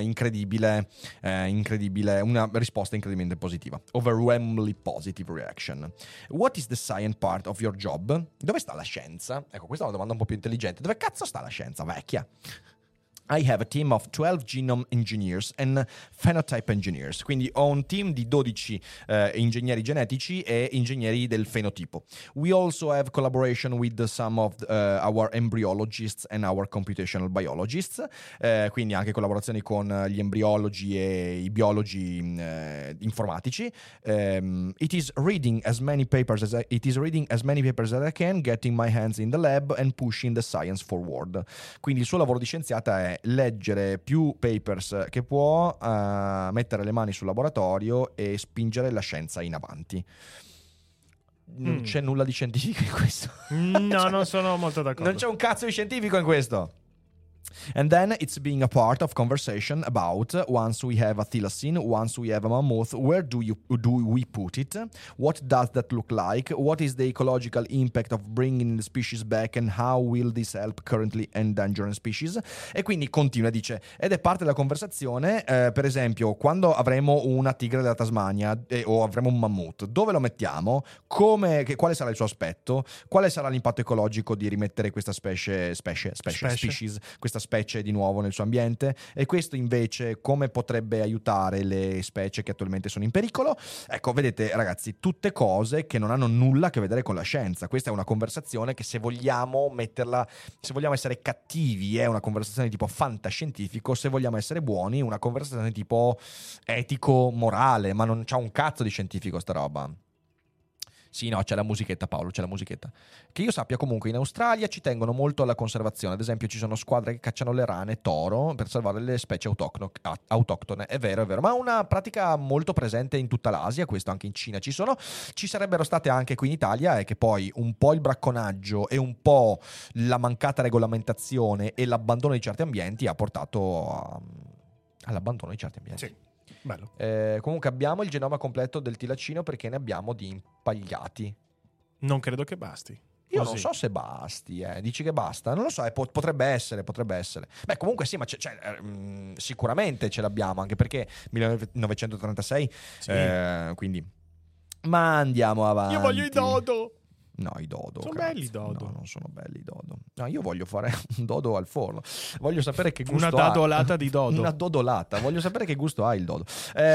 risposta incredibilmente positiva. Overwhelmingly positive reaction. What is the science part of your job? Dove sta la scienza? Ecco, questa è una domanda un po' più intelligente. Dove cazzo sta la scienza, vecchia? I have a team of 12 genome engineers and phenotype engineers. Quindi ho un team di 12 ingegneri genetici e ingegneri del fenotipo. We also have collaboration with some of our embryologists and our computational biologists. Quindi anche collaborazioni con gli embriologi e i biologi informatici. It is reading as many papers as I can, getting my hands in the lab and pushing the science forward. Quindi il suo lavoro di scienziata è leggere più papers che può, mettere le mani sul laboratorio e spingere la scienza in avanti. Non c'è nulla di scientifico in questo. No, non sono molto d'accordo. Non c'è un cazzo di scientifico in questo. And then it's being a part of conversation about, once we have a thylacine, once we have a mammoth, where do we put it? What does that look like? What is the ecological impact of bringing the species back, and how will this help currently endangered species? E quindi continua, dice, ed è parte della conversazione, per esempio, quando avremo una tigre della Tasmania o avremo un mammut, dove lo mettiamo? Quale sarà il suo aspetto? Quale sarà l'impatto ecologico di rimettere questa species, questa specie di nuovo nel suo ambiente, e questo invece come potrebbe aiutare le specie che attualmente sono in pericolo? Ecco, vedete ragazzi, tutte cose che non hanno nulla a che vedere con la scienza. Questa è una conversazione che, se vogliamo essere cattivi, è una conversazione tipo fantascientifico; se vogliamo essere buoni, una conversazione tipo etico-morale, ma non c'ha un cazzo di scientifico sta roba. Sì, no, c'è la musichetta, Paolo, c'è la musichetta. Che io sappia, comunque in Australia ci tengono molto alla conservazione. Ad esempio ci sono squadre che cacciano le rane toro per salvare le specie autoctone. È vero, ma è una pratica molto presente in tutta l'Asia, questo anche in Cina ci sarebbero state anche qui in Italia, e che poi un po' il bracconaggio e un po' la mancata regolamentazione e l'abbandono di certi ambienti ha portato all'abbandono di certi ambienti. Sì. Bello. Comunque abbiamo il genoma completo del tilacino, perché ne abbiamo di impagliati. Non credo che basti. Io non so se basti, dici che basta? Non lo so, potrebbe essere. Beh, comunque sì, ma sicuramente ce l'abbiamo, anche perché 1936, sì. Quindi... Ma andiamo avanti. Io voglio i dodo. No, i dodo. Sono belli i dodo. No, non sono belli i dodo. No, io voglio fare un dodo al forno. Voglio sapere che gusto ha. Una dadolata di dodo. Una dodolata. Voglio sapere che gusto ha il dodo.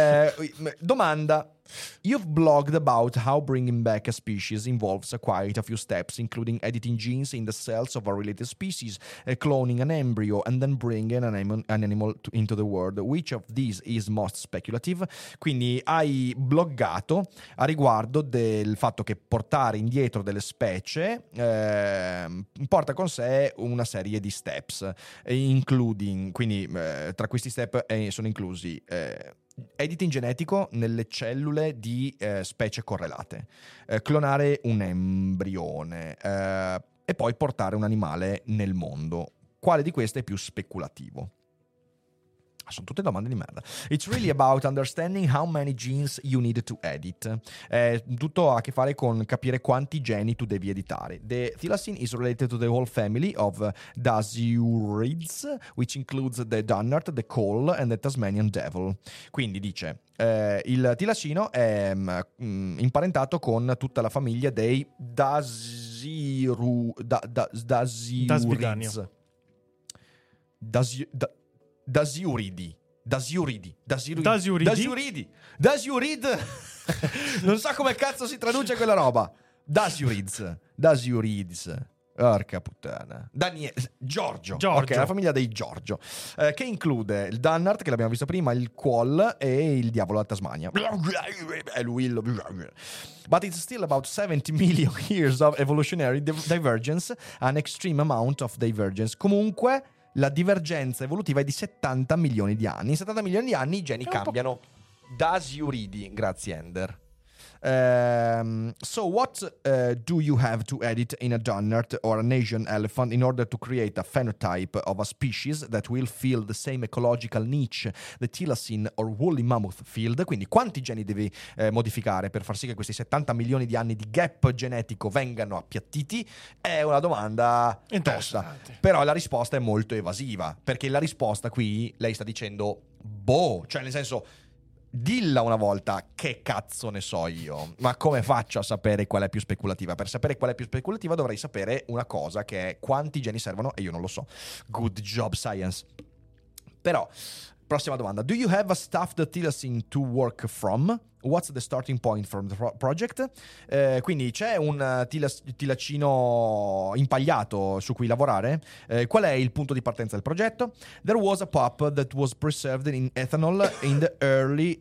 Domanda. You've blogged about how bringing back a species involves quite a few steps, including editing genes in the cells of a related species, cloning an embryo, and then bringing an animal into the world. Which of these is most speculative? Quindi hai bloggato a riguardo del fatto che portare indietro delle specie porta con sé una serie di steps, including, quindi tra questi step sono inclusi editing genetico nelle cellule di specie correlate, clonare un embrione e poi portare un animale nel mondo. Quale di queste è più speculativo? Sono tutte domande di merda. It's really about understanding how many genes you need to edit. Tutto ha a che fare con capire quanti geni tu devi editare. The thylacine is related to the whole family of Dasyurids, which includes the Dunnart, the Coal and the Tasmanian Devil. Quindi dice, il tilacino è imparentato con tutta la famiglia dei Dasyurids. Dasyuridi. Non so come cazzo si traduce quella roba. Dasyurids. Porca puttana. Giorgio. Ok, la famiglia dei Giorgio, che include il Dunnart, che l'abbiamo visto prima, il Quoll e il diavolo della Tasmania. È lui But it's still about 70 million years of evolutionary divergence, an extreme amount of divergence. Comunque la divergenza evolutiva è di 70 milioni di anni. In 70 milioni di anni i geni cambiano. Dasyuridi, grazie Ender. So what do you have to edit in a Dunnart or an Asian elephant in order to create a phenotype of a species that will fill the same ecological niche the thylacine or woolly mammoth filled? Quindi quanti geni devi modificare per far sì che questi 70 milioni di anni di gap genetico vengano appiattiti? È una domanda tosta, però la risposta è molto evasiva, perché la risposta qui lei sta dicendo cioè nel senso, dilla una volta, che cazzo ne so io, ma come faccio a sapere qual è più speculativa? Per sapere qual è più speculativa dovrei sapere una cosa, che è quanti geni servono, e io non lo so. Good job science. Però prossima domanda. Do you have a stuffed thylacine to work from? What's the starting point from the project? Quindi c'è un tilacino impagliato su cui lavorare? Qual è il punto di partenza del progetto? There was a pup that was preserved in ethanol in the early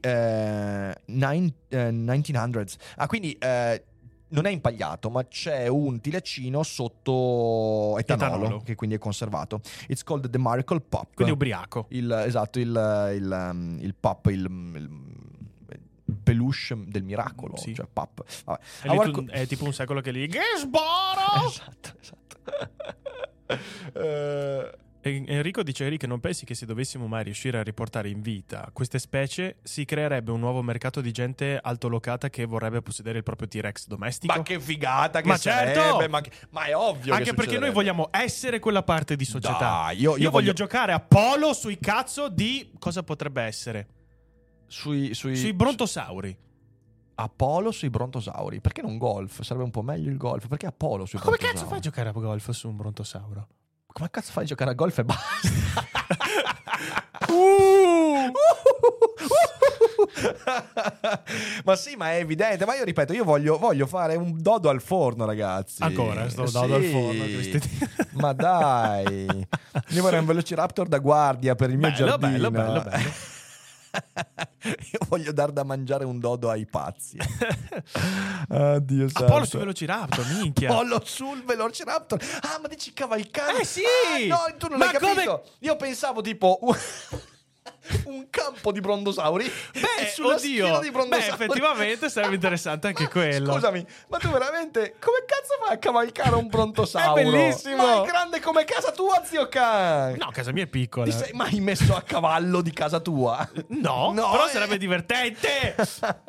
1900s. Quindi non è impagliato, ma c'è un tilacino sotto etanolo che quindi è conservato. It's called the Miracle Pup. Quindi ubriaco. Il pup, il peluche del miracolo, sì. Cioè pup. È tipo un secolo che lì Gesboro! Esatto. Enrico dice: Enrico, non pensi che se dovessimo mai riuscire a riportare in vita queste specie si creerebbe un nuovo mercato di gente altolocata che vorrebbe possedere il proprio T-Rex domestico? Ma che figata che certo! sarebbe, ma è ovvio. Anche perché noi vogliamo essere quella parte di società. Dai, io voglio giocare a polo sui cazzo di cosa potrebbe essere? Sui brontosauri. Apollo sui brontosauri. Perché non golf? Sarebbe un po' meglio il golf. Perché Apollo sui brontosauri? Come cazzo fai a giocare a golf su un brontosauro? Come cazzo fai a giocare a golf e basta? Ma sì, ma è evidente. Ma io ripeto, io voglio fare un dodo al forno, ragazzi. Ancora sto dodo al forno. Ma dai, io vorrei un Velociraptor da guardia per il mio giardino. Bello. Io voglio dar da mangiare un dodo ai pazzi. Addio santo. Apollo sul Velociraptor, minchia. Apollo sul Velociraptor. Ah, ma dici cavalcare? Sì! No, tu non hai capito. Io pensavo tipo un campo di brontosauri. Sulla schiena di brontosauri. Effettivamente sarebbe interessante anche quello. Scusami, ma tu veramente come cazzo fai a cavalcare un brontosauro? È bellissimo. Ma è grande come casa tua, zio Can. No, casa mia è piccola. Ti sei mai messo a cavallo di casa tua? No, però sarebbe divertente.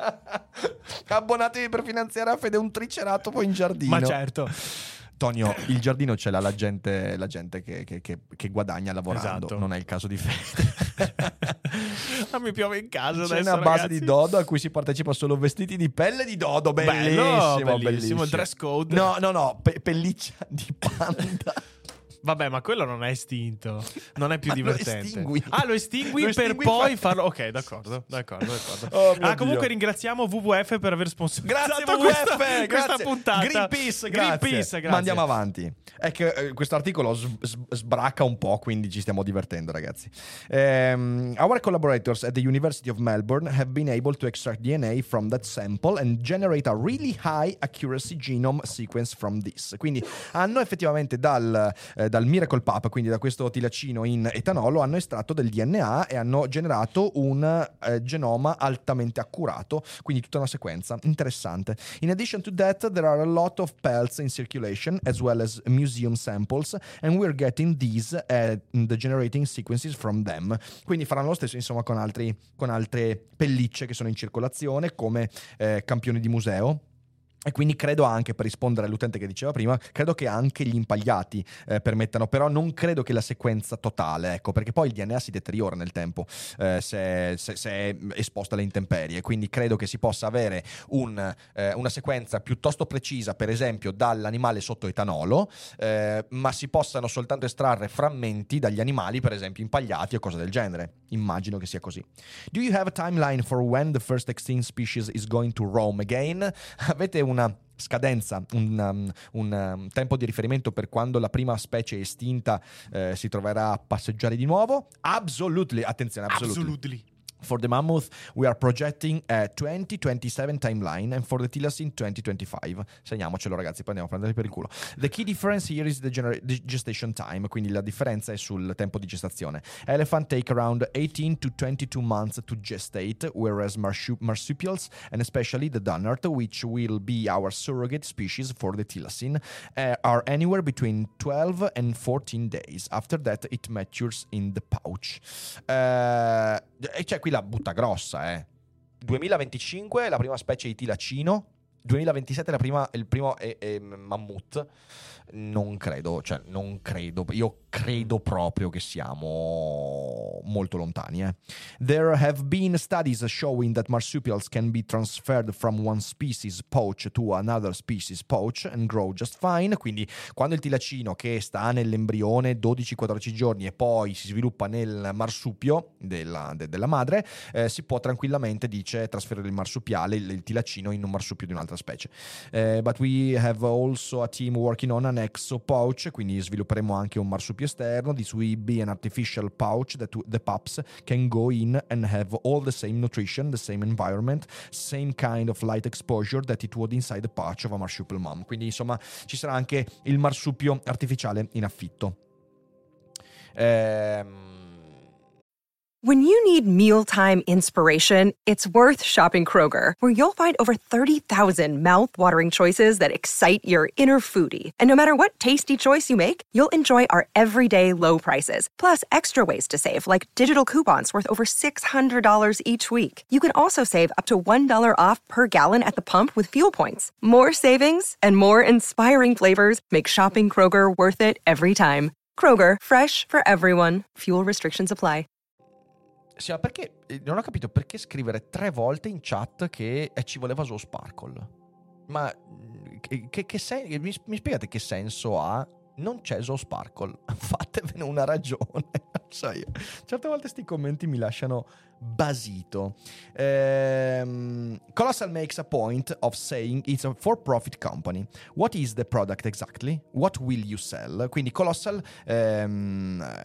Abbonatevi per finanziare a Fede un triceratopo in giardino. Ma certo. Tonio, il giardino ce l'ha la gente che guadagna lavorando. Esatto. Non è il caso di Fede. Ma mi piove in casa C'è adesso, una base ragazzi. di dodo a cui si partecipa solo vestiti di pelle di dodo. Bellissimo, bellissimo. Il dress code. No, pelliccia di panda. Vabbè, ma quello non è estinto. Non è più divertente. Lo estingui Lo per estingui poi farlo. Ok, d'accordo. Oh, comunque ringraziamo WWF per aver sponsorizzato WWF, questa grazie. puntata. Greenpeace, grazie. Ma andiamo avanti. È che questo articolo sbracca un po', quindi ci stiamo divertendo, ragazzi. Our collaborators at the University of Melbourne have been able to extract DNA from that sample and generate a really high accuracy genome sequence from this. Quindi hanno effettivamente dal Miracle Pup, quindi da questo tilacino in etanolo, hanno estratto del DNA e hanno generato un genoma altamente accurato, quindi tutta una sequenza interessante. In addition to that, there are a lot of pelts in circulation as well as museum samples and we're getting these the generating sequences from them. Quindi faranno lo stesso insomma con altre pellicce che sono in circolazione come campioni di museo. E quindi credo anche, per rispondere all'utente che diceva prima, credo che anche gli impagliati permettano, però non credo che la sequenza totale, ecco, perché poi il DNA si deteriora nel tempo se è esposto alle intemperie, quindi credo che si possa avere una sequenza piuttosto precisa, per esempio dall'animale sotto etanolo, ma si possano soltanto estrarre frammenti dagli animali, per esempio impagliati o cose del genere. Immagino che sia così. Do you have a timeline for when the first extinct species is going to roam again? Avete una scadenza, un tempo di riferimento per quando la prima specie estinta si troverà a passeggiare di nuovo? Absolutely, attenzione, absolutely. For the mammoth, we are projecting a 2027 timeline and for the thylacine 2025. Segniamocelo, ragazzi, poi andiamo a prenderli per il culo. The key difference here is the gestation time, quindi la differenza è sul tempo di gestazione. Elephant take around 18 to 22 months to gestate, whereas marsupials, and especially the Dunnart, which will be our surrogate species for the thylacine, are anywhere between 12 and 14 days. After that, it matures in the pouch. E c'è qui la butta grossa, 2025 la prima specie di tilacino, 2027 il primo mammut. Non credo, io credo proprio che siamo molto lontani. There have been studies showing that marsupials can be transferred from one species pouch to another species pouch and grow just fine. Quindi quando il tilacino che sta nell'embrione 12-14 giorni e poi si sviluppa nel marsupio della madre, si può tranquillamente, dice, trasferire il marsupiale, il tilacino, in un marsupio di un'altra specie. But we have also a team working on an exo pouch, quindi svilupperemo anche un marsupio esterno. This will be an artificial pouch that the pups can go in and have all the same nutrition, the same environment, same kind of light exposure that it would inside the pouch of a marsupial mom. Quindi insomma ci sarà anche il marsupio artificiale in affitto. When you need mealtime inspiration, it's worth shopping Kroger, where you'll find over 30,000 mouth-watering choices that excite your inner foodie. And no matter what tasty choice you make, you'll enjoy our everyday low prices, plus extra ways to save, like digital coupons worth over $600 each week. You can also save up to $1 off per gallon at the pump with fuel points. More savings and more inspiring flavors make shopping Kroger worth it every time. Kroger, fresh for everyone. Fuel restrictions apply. Sì, ma perché non ho capito perché scrivere 3 volte in chat che ci voleva Zoo Sparkle. Ma mi spiegate che senso ha? Non c'è Zoo Sparkle, fatevene una ragione. Non so io. Certe volte sti commenti mi lasciano basito. Colossal makes a point of saying it's a for-profit company. What is the product exactly? What will you sell? Quindi Colossal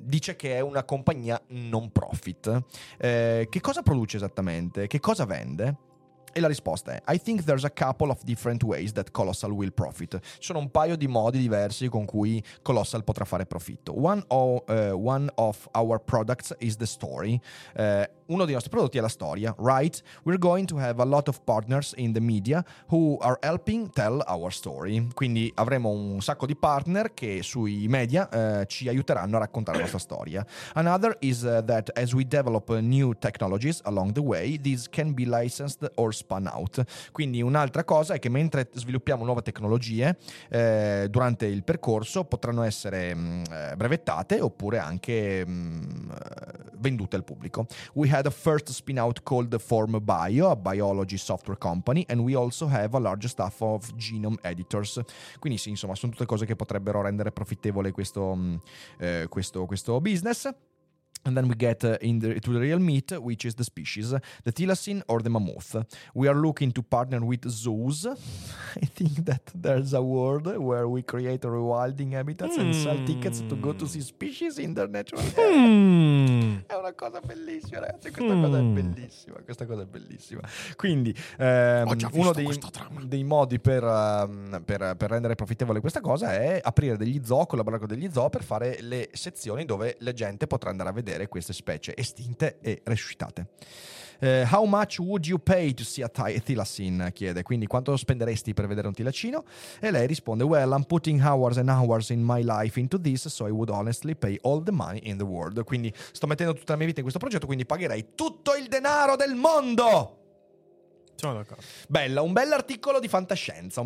dice che è una compagnia non profit. Che cosa produce esattamente? Che cosa vende? E la risposta è: I think there's a couple of different ways that Colossal will profit. Sono un paio di modi diversi con cui Colossal potrà fare profitto. One of our products is the story. Uno dei nostri prodotti è la storia, right? We're going to have a lot of partners in the media who are helping tell our story. Quindi avremo un sacco di partner che sui media ci aiuteranno a raccontare la nostra storia. Another is that as we develop new technologies along the way, these can be licensed or spun out. Quindi un'altra cosa è che mentre sviluppiamo nuove tecnologie durante il percorso potranno essere brevettate oppure anche vendute al pubblico. We had a first spin-out called Form Bio, a biology software company, and we also have a large staff of genome editors. Quindi sì, insomma, sono tutte cose che potrebbero rendere profittevole questo business. And then we get to the real meat, which is the species, the thylacine or the mammoth. We are looking to partner with zoos. I think that there's a world where we create rewilding habitats and sell tickets to go to see species in their natural habitat. È una cosa bellissima, ragazzi. Questa cosa è bellissima. Quindi uno dei modi per rendere profittevole questa cosa è aprire degli zoo, collaborare con degli zoo per fare le sezioni dove la gente potrà andare a vedere queste specie estinte e resuscitate. How much would you pay to see a thylacine? Chiede, quindi quanto spenderesti per vedere un tilacino? E lei risponde: well, I'm putting hours and hours in my life into this, so I would honestly pay all the money in the world. Quindi sto mettendo tutta la mia vita in questo progetto, quindi pagherei tutto il denaro del mondo. Sono d'accordo. Bella, un bell'articolo di fantascienza,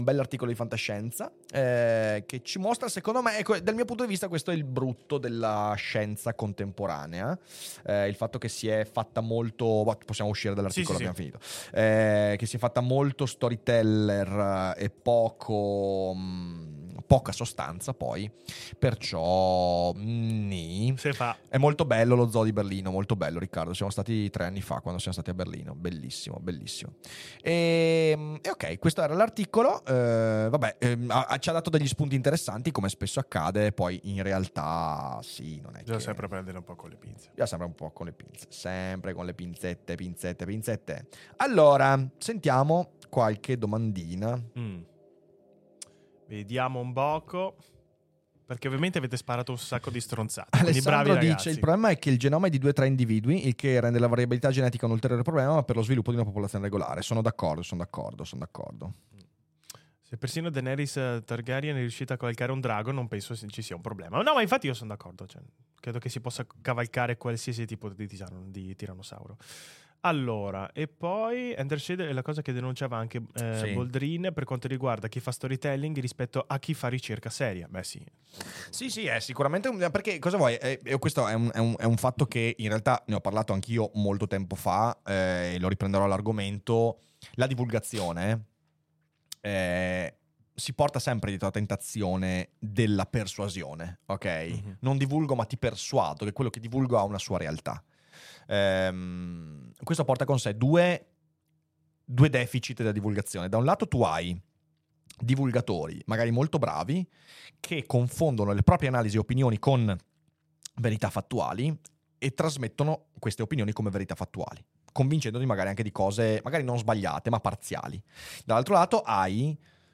che ci mostra, secondo me, dal mio punto di vista questo è il brutto della scienza contemporanea, il fatto che si è fatta molto, possiamo uscire dall'articolo, abbiamo finito, che si è fatta molto storyteller e poca sostanza poi, perciò è molto bello lo zoo di Berlino, molto bello, Riccardo, siamo stati 3 anni fa quando siamo stati a Berlino, bellissimo e ok, questo era l'articolo, ci ha dato degli spunti interessanti come spesso accade, poi in realtà sì, non è bisogna sempre prendere un po' con le pinze, sempre con le pinzette. Allora, sentiamo qualche domandina. Vediamo un poco, perché ovviamente avete sparato un sacco di stronzate. Alessandro bravi dice: il problema è che il genoma è di 2-3 individui, il che rende la variabilità genetica un ulteriore problema per lo sviluppo di una popolazione regolare. Sono d'accordo. Se persino Daenerys Targaryen è riuscita a cavalcare un drago, non penso ci sia un problema. No, ma infatti io sono d'accordo, credo che si possa cavalcare qualsiasi tipo di tirannosauro. Allora, e poi Endershade è la cosa che denunciava anche Boldrin per quanto riguarda chi fa storytelling rispetto a chi fa ricerca seria. Beh sì. Sì, è sicuramente perché cosa vuoi? Questo è un fatto che in realtà ne ho parlato anch'io molto tempo fa e lo riprenderò all'argomento. La divulgazione si porta sempre dietro la tentazione della persuasione, ok? Mm-hmm. Non divulgo ma ti persuado che quello che divulgo ha una sua realtà. Questo porta con sé due deficit della divulgazione. Da un lato tu hai divulgatori magari molto bravi che confondono le proprie analisi e opinioni con verità fattuali e trasmettono queste opinioni come verità fattuali, convincendoti magari anche di cose magari non sbagliate ma parziali. Dall'altro lato hai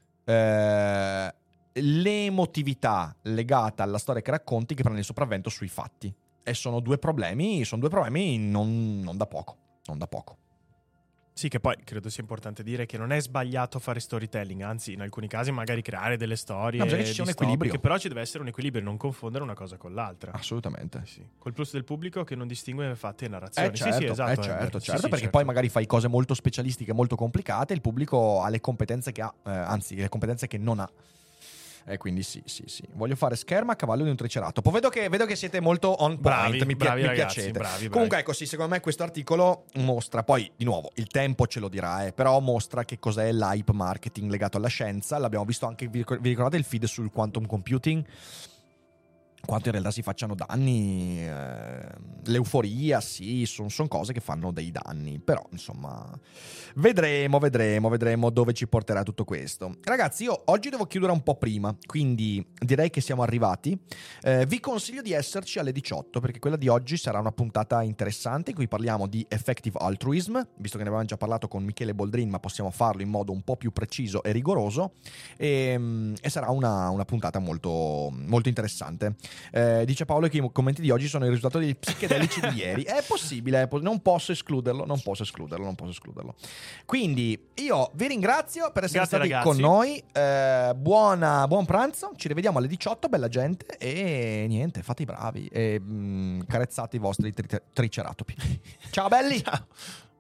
l'emotività legata alla storia che racconti che prende il sopravvento sui fatti. E sono due problemi non da poco. Sì, che poi credo sia importante dire che non è sbagliato fare storytelling, anzi in alcuni casi magari creare delle storie bisogna che ci sia un equilibrio, però ci deve essere un equilibrio, non confondere una cosa con l'altra. Assolutamente. Sì. Col plus del pubblico che non distingue fatti e narrazioni. Certo, sì, esatto. Certo, perché poi magari fai cose molto specialistiche, molto complicate, il pubblico ha le competenze che ha, anzi le competenze che non ha. E quindi sì. Voglio fare scherma a cavallo di un triceratopo. Vedo che siete molto on point, mi piacete. Bravi. Comunque ecco, sì, secondo me questo articolo mostra, poi di nuovo il tempo ce lo dirà, però mostra che cos'è l'hype marketing legato alla scienza. L'abbiamo visto anche, vi ricordate il feed sul quantum computing? quanto in realtà si facciano danni. L'euforia, sì, sono cose che fanno dei danni, però insomma vedremo dove ci porterà tutto questo. Ragazzi, io oggi devo chiudere un po' prima, quindi direi che siamo arrivati. Vi consiglio di esserci alle 18, perché quella di oggi sarà una puntata interessante in cui parliamo di effective altruism, visto che ne avevamo già parlato con Michele Boldrin, ma possiamo farlo in modo un po' più preciso e rigoroso, e sarà una puntata molto, molto interessante. Dice Paolo che i commenti di oggi sono il risultato dei psichedelici di ieri. È possibile, non posso escluderlo. Quindi io vi ringrazio per essere stati con noi. Buon pranzo, ci rivediamo alle 18, bella gente, e niente, fate i bravi e carezzate i vostri triceratopi. Ciao belli. Ciao.